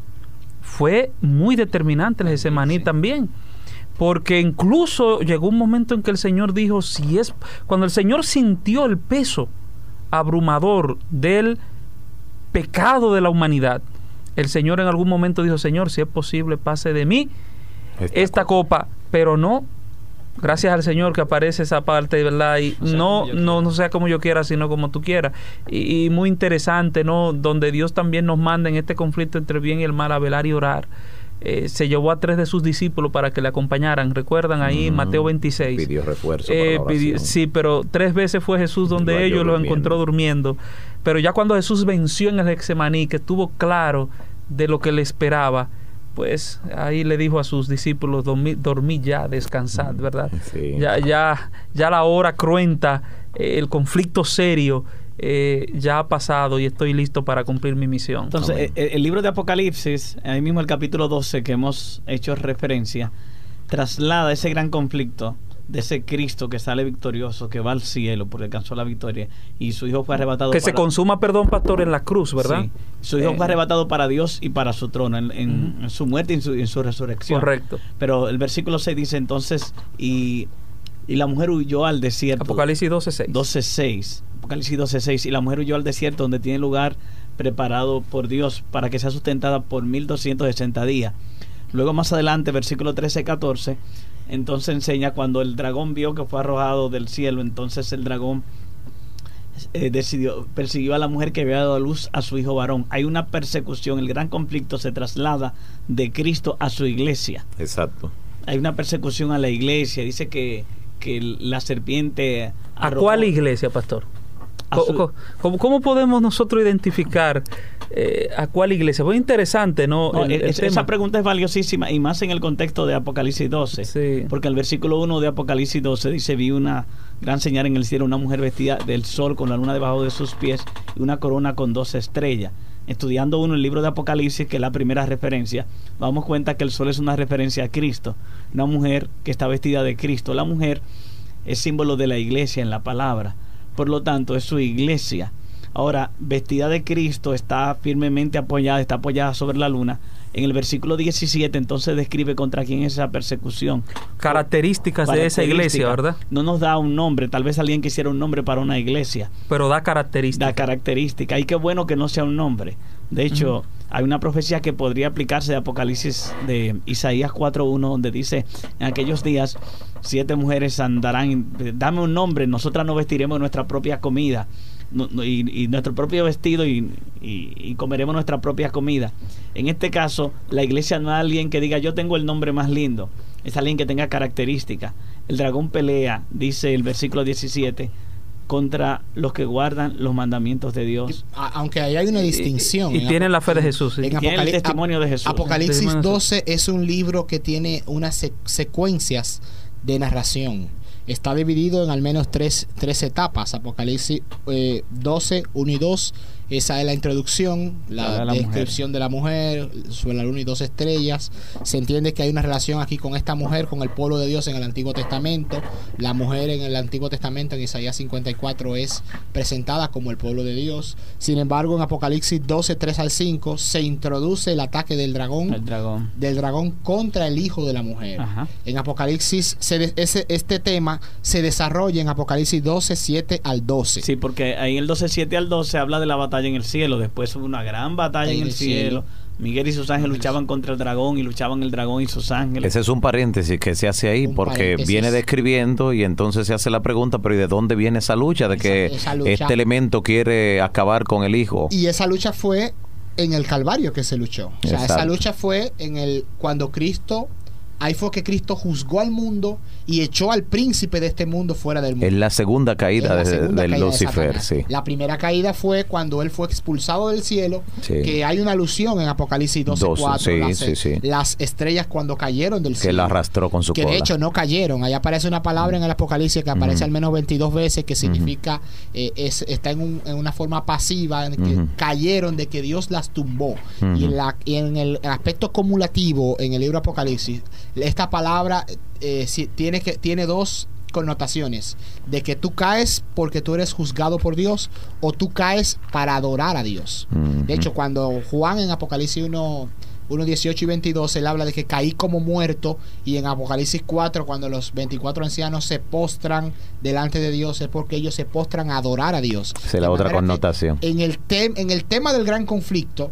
fue muy determinante el Getsemaní también, porque incluso llegó un momento en que el Señor dijo, cuando el Señor sintió el peso abrumador del pecado de la humanidad, el Señor en algún momento dijo, Señor, si es posible, pase de mí esta copa, pero no, gracias al Señor que aparece esa parte, ¿verdad? Y no sea como yo quiera, sino como tú quieras. Y muy interesante, ¿no? Donde Dios también nos manda en este conflicto entre bien y el mal a velar y orar. Se llevó a 3 de sus discípulos para que le acompañaran. ¿Recuerdan ahí Mateo 26? Pidió refuerzo para la oración. Sí, pero 3 veces fue Jesús donde ellos los encontró durmiendo. Pero ya cuando Jesús venció en el Getsemaní, que estuvo claro de lo que le esperaba, pues ahí le dijo a sus discípulos, dormí ya, descansad, ¿verdad? Sí. Ya la hora cruenta, el conflicto serio ya ha pasado y estoy listo para cumplir mi misión. Entonces, el libro de Apocalipsis, ahí mismo el capítulo 12 que hemos hecho referencia, traslada ese gran conflicto de ese Cristo que sale victorioso, que va al cielo porque alcanzó la victoria y su hijo fue arrebatado. Que se consuma, perdón, pastor, en la cruz, ¿verdad? Sí. Su hijo fue arrebatado para Dios y para su trono, en su muerte y en su resurrección. Correcto. Pero el versículo 6 dice entonces, y la mujer huyó al desierto. Apocalipsis 12:6. Apocalipsis 12:6. Y la mujer huyó al desierto donde tiene lugar preparado por Dios para que sea sustentada por 1260 días. Luego más adelante, versículo 13-14, entonces enseña cuando el dragón vio que fue arrojado del cielo, entonces el dragón persiguió a la mujer que había dado a luz a su hijo varón. Hay una persecución, el gran conflicto se traslada de Cristo a su iglesia. Exacto. Hay una persecución a la iglesia, dice que la serpiente arrojó. ¿A cuál iglesia, pastor? ¿Cómo podemos nosotros identificar a cuál iglesia? Muy interesante, ¿no? Esa pregunta es valiosísima y más en el contexto de Apocalipsis 12. Sí. Porque el versículo 1 de Apocalipsis 12 dice: vi una gran señal en el cielo, una mujer vestida del sol con la luna debajo de sus pies y una corona con 12 estrellas. Estudiando uno el libro de Apocalipsis, que es la primera referencia, damos cuenta que el sol es una referencia a Cristo, una mujer que está vestida de Cristo. La mujer es símbolo de la iglesia en la palabra, por lo tanto es su iglesia. Ahora, vestida de Cristo, está firmemente apoyada, está apoyada sobre la luna. En el versículo 17 entonces describe contra quién es esa persecución. Características de esa iglesia, ¿verdad? No nos da un nombre, tal vez alguien quisiera un nombre para una iglesia. Pero da características. Da características. Y qué bueno que no sea un nombre. De hecho, hay una profecía que podría aplicarse de Apocalipsis, de Isaías 4:1, donde dice: en aquellos días 7 mujeres andarán, dame un nombre, nosotras nos vestiremos nuestra propia comida. Y nuestro propio vestido y comeremos nuestra propia comida. En este caso, la iglesia no es alguien que diga yo tengo el nombre más lindo, es alguien que tenga características. El dragón pelea, dice el versículo 17, contra los que guardan los mandamientos de Dios. Aunque ahí hay una distinción. Y tienen la fe de Jesús. Sí. Tiene el testimonio de Jesús. Apocalipsis 12 es un libro que tiene unas secuencias de narración. Está dividido en al menos tres etapas. Apocalipsis 12, 1 y 2. Esa es la introducción, la descripción de la mujer, sobre la luna y 2 estrellas. Se entiende que hay una relación aquí con esta mujer, con el pueblo de Dios en el Antiguo Testamento. La mujer en el Antiguo Testamento, en Isaías 54, es presentada como el pueblo de Dios. Sin embargo, en Apocalipsis 12, 3 al 5, se introduce el ataque del dragón contra el hijo de la mujer. Ajá. En Apocalipsis, este tema se desarrolla en Apocalipsis 12, 7 al 12. Sí, porque ahí el 12, 7 al 12 habla de la batalla en el cielo. Después hubo una gran batalla en el cielo. Miguel y sus ángeles luchaban contra el dragón y luchaban el dragón y sus ángeles. Ese es un paréntesis que se hace ahí, porque viene describiendo y entonces se hace la pregunta, pero ¿y de dónde viene esa lucha? De que este elemento quiere acabar con el hijo. Y esa lucha fue en el Calvario que se luchó. O sea, esa lucha fue cuando Cristo... Ahí fue que Cristo juzgó al mundo y echó al príncipe de este mundo fuera del mundo. Es la segunda caída de Lucifer, sí. La primera caída fue cuando él fue expulsado del cielo, sí. Que hay una alusión en Apocalipsis 12:4, las estrellas cuando cayeron del cielo. Que la arrastró con su cola. Que de hecho no cayeron. Ahí aparece una palabra en el Apocalipsis que aparece al menos 22 veces, que significa, está en una forma pasiva, en que cayeron, de que Dios las tumbó. Y en el aspecto cumulativo, en el libro Apocalipsis, esta palabra tiene dos connotaciones de que tú caes porque tú eres juzgado por Dios o tú caes para adorar a Dios. De hecho, cuando Juan en Apocalipsis 1, 18 y 22, él habla de que caí como muerto, y en Apocalipsis 4, cuando los 24 ancianos se postran delante de Dios, es porque ellos se postran a adorar a Dios. Esa es la otra connotación. En el tema del gran conflicto,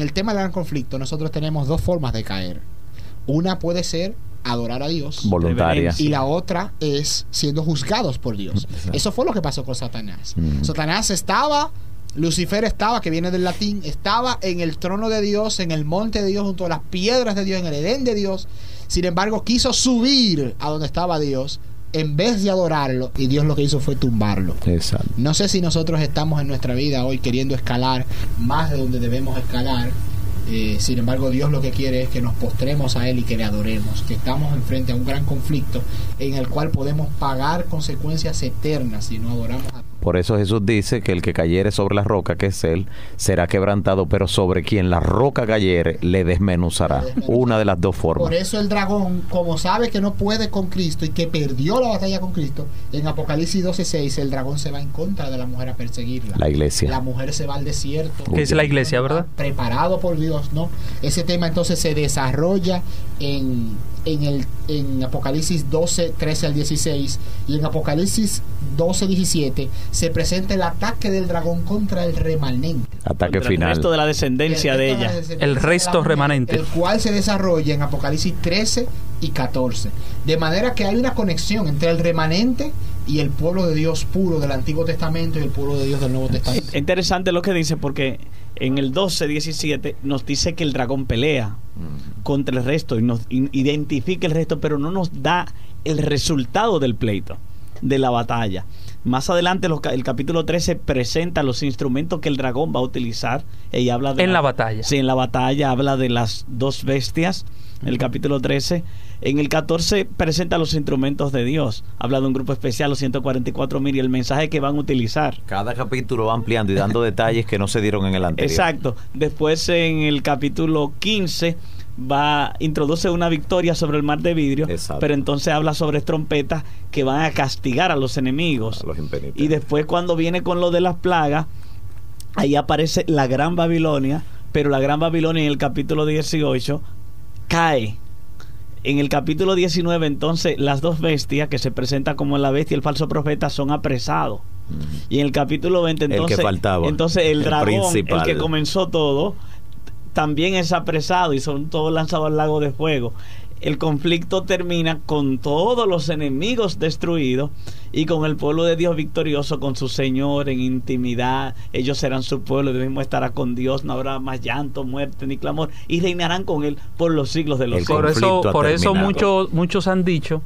nosotros tenemos dos formas de caer. Una puede ser adorar a Dios, voluntaria, y la otra es siendo juzgados por Dios. Exacto. Eso fue lo que pasó con Satanás. Satanás Lucifer estaba, que viene del latín, estaba en el trono de Dios, en el monte de Dios, junto a las piedras de Dios, en el Edén de Dios. Sin embargo, quiso subir a donde estaba Dios en vez de adorarlo, y Dios lo que hizo fue tumbarlo. Exacto. No sé si nosotros estamos en nuestra vida hoy queriendo escalar más de donde debemos escalar. Sin embargo, Dios lo que quiere es que nos postremos a Él y que le adoremos, que estamos enfrente a un gran conflicto en el cual podemos pagar consecuencias eternas si no adoramos a Dios. Por eso Jesús dice que el que cayere sobre la roca, que es Él, será quebrantado, pero sobre quien la roca cayere, le desmenuzará. Una de las dos formas. Por eso el dragón, como sabe que no puede con Cristo y que perdió la batalla con Cristo, en Apocalipsis 12:6, el dragón se va en contra de la mujer a perseguirla. La iglesia. La mujer se va al desierto. Que es la iglesia, ¿verdad? Preparado por Dios, ¿no? Ese tema entonces se desarrolla en Apocalipsis 12:13 al 16, y en Apocalipsis 12:17 se presenta el ataque del dragón contra el remanente. Ataque final. El resto de la descendencia de ella. El resto remanente. El cual se desarrolla en Apocalipsis 13 y 14. De manera que hay una conexión entre el remanente y el pueblo de Dios puro del Antiguo Testamento y el pueblo de Dios del Nuevo Testamento. Es interesante lo que dice, porque en el 12:17 nos dice que el dragón pelea contra el resto y nos identifica el resto, pero no nos da el resultado del pleito, de la batalla. Más adelante el capítulo 13 presenta los instrumentos que el dragón va a utilizar. Ella habla de la batalla. Sí, en la batalla habla de las dos bestias, en el capítulo 13. En el 14 presenta los instrumentos de Dios. Habla de un grupo especial, los 144,000, y el mensaje que van a utilizar. Cada capítulo va ampliando y dando detalles que no se dieron en el anterior. Exacto. Después en el capítulo 15 introduce una victoria sobre el mar de vidrio. Exacto. Pero entonces habla sobre trompetas que van a castigar a los enemigos. A los impenitentes. Y después, cuando viene con lo de las plagas, ahí aparece la Gran Babilonia, pero la Gran Babilonia en el capítulo 18 cae. En el capítulo 19, entonces, las dos bestias que se presentan como la bestia y el falso profeta son apresados. Y en el capítulo 20, entonces, el que faltaba, entonces el dragón, principal, el que comenzó todo, también es apresado y son todos lanzados al lago de fuego. El conflicto termina con todos los enemigos destruidos y con el pueblo de Dios victorioso, con su Señor en intimidad. Ellos serán su pueblo, Dios mismo estará con Dios, no habrá más llanto, muerte ni clamor, y reinarán con Él por los siglos de los siglos. Por eso muchos han dicho,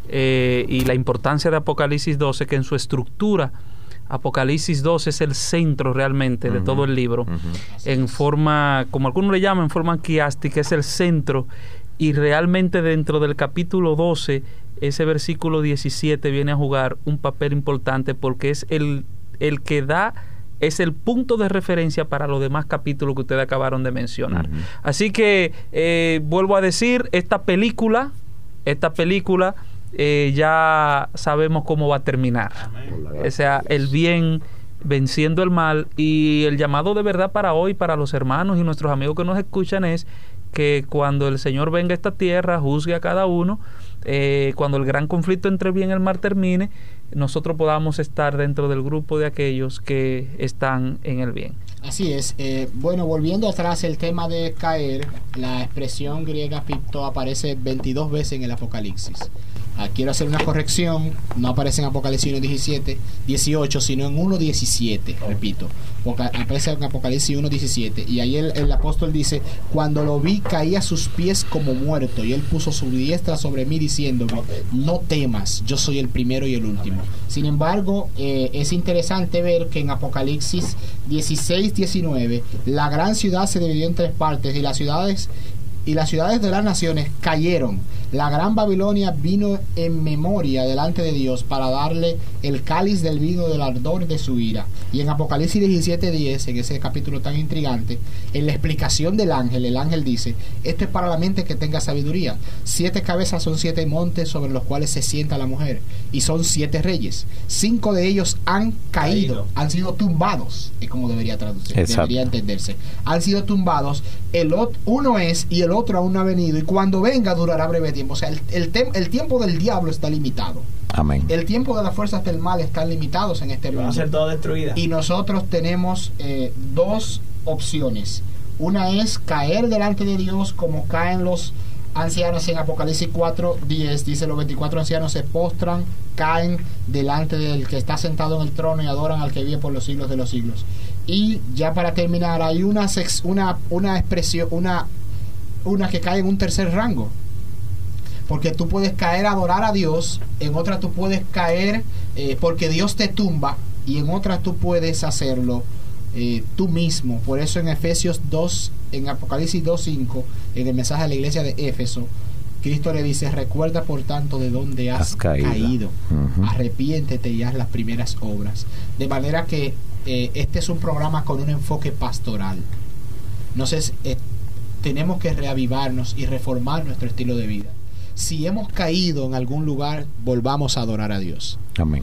y la importancia de Apocalipsis 12, que en su estructura Apocalipsis 12 es el centro realmente de todo el libro, en forma, como algunos le llaman, en forma quiástica, es el centro. Y realmente dentro del capítulo 12, ese versículo 17 viene a jugar un papel importante, porque es el que es el punto de referencia para los demás capítulos que ustedes acabaron de mencionar. Así que vuelvo a decir, esta película ya sabemos cómo va a terminar. O sea, el bien venciendo el mal. Y el llamado de verdad para hoy, para los hermanos y nuestros amigos que nos escuchan, es que cuando el Señor venga a esta tierra, juzgue a cada uno, cuando el gran conflicto entre el bien y el mal termine, nosotros podamos estar dentro del grupo de aquellos que están en el bien. Así es. Bueno, volviendo atrás, el tema de caer, la expresión griega pipto aparece 22 veces en el Apocalipsis. Quiero hacer una corrección, no aparece en Apocalipsis 1:18, sino en 1:17, repito. Aparece en Apocalipsis 1:17, y ahí el apóstol dice: cuando lo vi, caí a sus pies como muerto, y él puso su diestra sobre mí diciéndome: no temas, yo soy el primero y el último. Sin embargo, es interesante ver que en Apocalipsis 16:19 la gran ciudad se dividió en tres partes, y las ciudades de las naciones cayeron. La gran Babilonia vino en memoria delante de Dios para darle el cáliz del vino del ardor de su ira. Y en Apocalipsis 17:10, en ese capítulo tan intrigante, en la explicación del ángel, el ángel dice: esto es para la mente que tenga sabiduría. 7 cabezas son 7 montes sobre los cuales se sienta la mujer, y son 7 reyes. 5 de ellos han caído, han sido tumbados, es como debería traducir, debería entenderse. Han sido tumbados, uno es y el otro aún no ha venido, y cuando venga durará breve tiempo. O sea, el tiempo del diablo está limitado. Amén. El tiempo de las fuerzas del mal están limitados en este mundo. Van a ser todas destruidas. Y nosotros tenemos 2 opciones. Una es caer delante de Dios como caen los ancianos en Apocalipsis 4:10. Dice: los 24 ancianos se postran, caen delante del que está sentado en el trono y adoran al que vive por los siglos de los siglos. Y ya para terminar, hay una expresión, una que cae en un tercer rango, porque tú puedes caer a adorar a Dios, en otra tú puedes caer porque Dios te tumba, y en otra tú puedes hacerlo tú mismo. Por eso en Efesios 2, en Apocalipsis 2:5, en el mensaje a la iglesia de Éfeso, Cristo le dice: recuerda por tanto de dónde has caído. Arrepiéntete y haz las primeras obras. De manera que este es un programa con un enfoque pastoral. Entonces tenemos que reavivarnos y reformar nuestro estilo de vida. Si hemos caído en algún lugar, volvamos a adorar a Dios. Amén.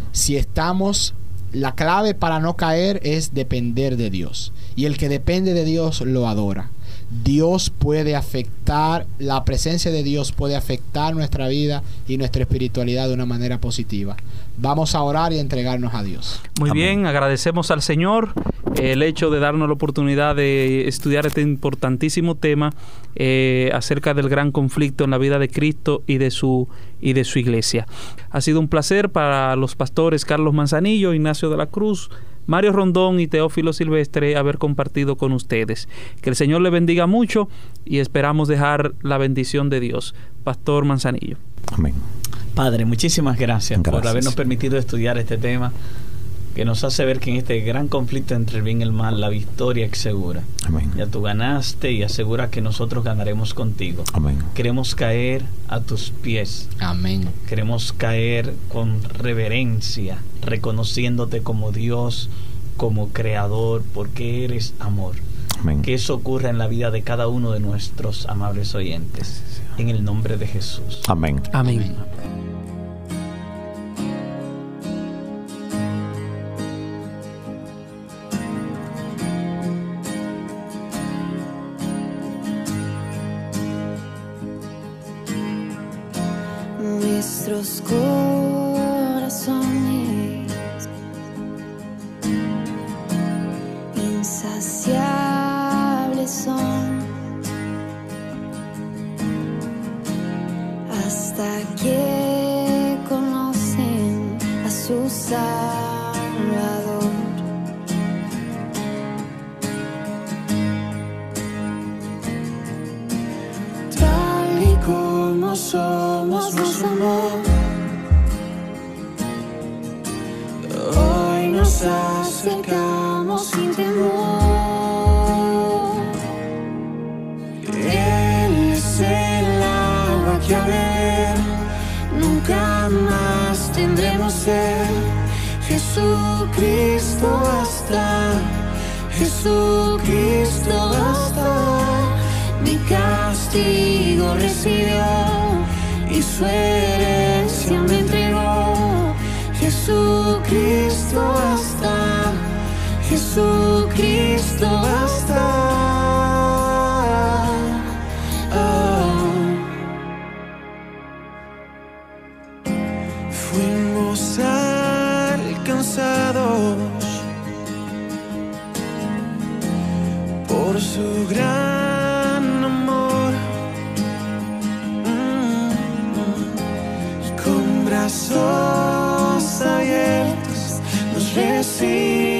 La clave para no caer es depender de Dios. Y el que depende de Dios lo adora. Dios puede afectar, la presencia de Dios puede afectar nuestra vida y nuestra espiritualidad de una manera positiva. Vamos a orar y entregarnos a Dios. Muy Amén. bien, agradecemos al Señor el hecho de darnos la oportunidad de estudiar este importantísimo tema acerca del gran conflicto en la vida de Cristo y de su iglesia. Ha sido un placer para los pastores Carlos Manzanillo, Ignacio de la Cruz, Mario Rondón y Teófilo Silvestre haber compartido con ustedes. Que el Señor le bendiga mucho y esperamos dejar la bendición de Dios. Pastor Manzanillo. Amén. Padre, muchísimas gracias por habernos permitido estudiar este tema, que nos hace ver que en este gran conflicto entre el bien y el mal, la victoria es segura. Amén. Ya tú ganaste y asegura que nosotros ganaremos contigo. Amén. Queremos caer a tus pies. Amén. Queremos caer con reverencia, reconociéndote como Dios, como Creador, porque eres amor. Amén. Que eso ocurra en la vida de cada uno de nuestros amables oyentes. En el nombre de Jesús. Amén. Amén. Nuestros corazones insaciables son hasta que conocen a su Salvador. Tal y como somos, nos amó. Hoy nos acercamos sin temor. Él es el agua que a beber nunca más tendremos sed. Jesucristo basta, Jesucristo basta. Mi castigo recibió y su herencia me entregó. Jesucristo basta, Jesucristo basta. Fuimos alcanzados por su gran amor. Con brazos abiertos nos recibe.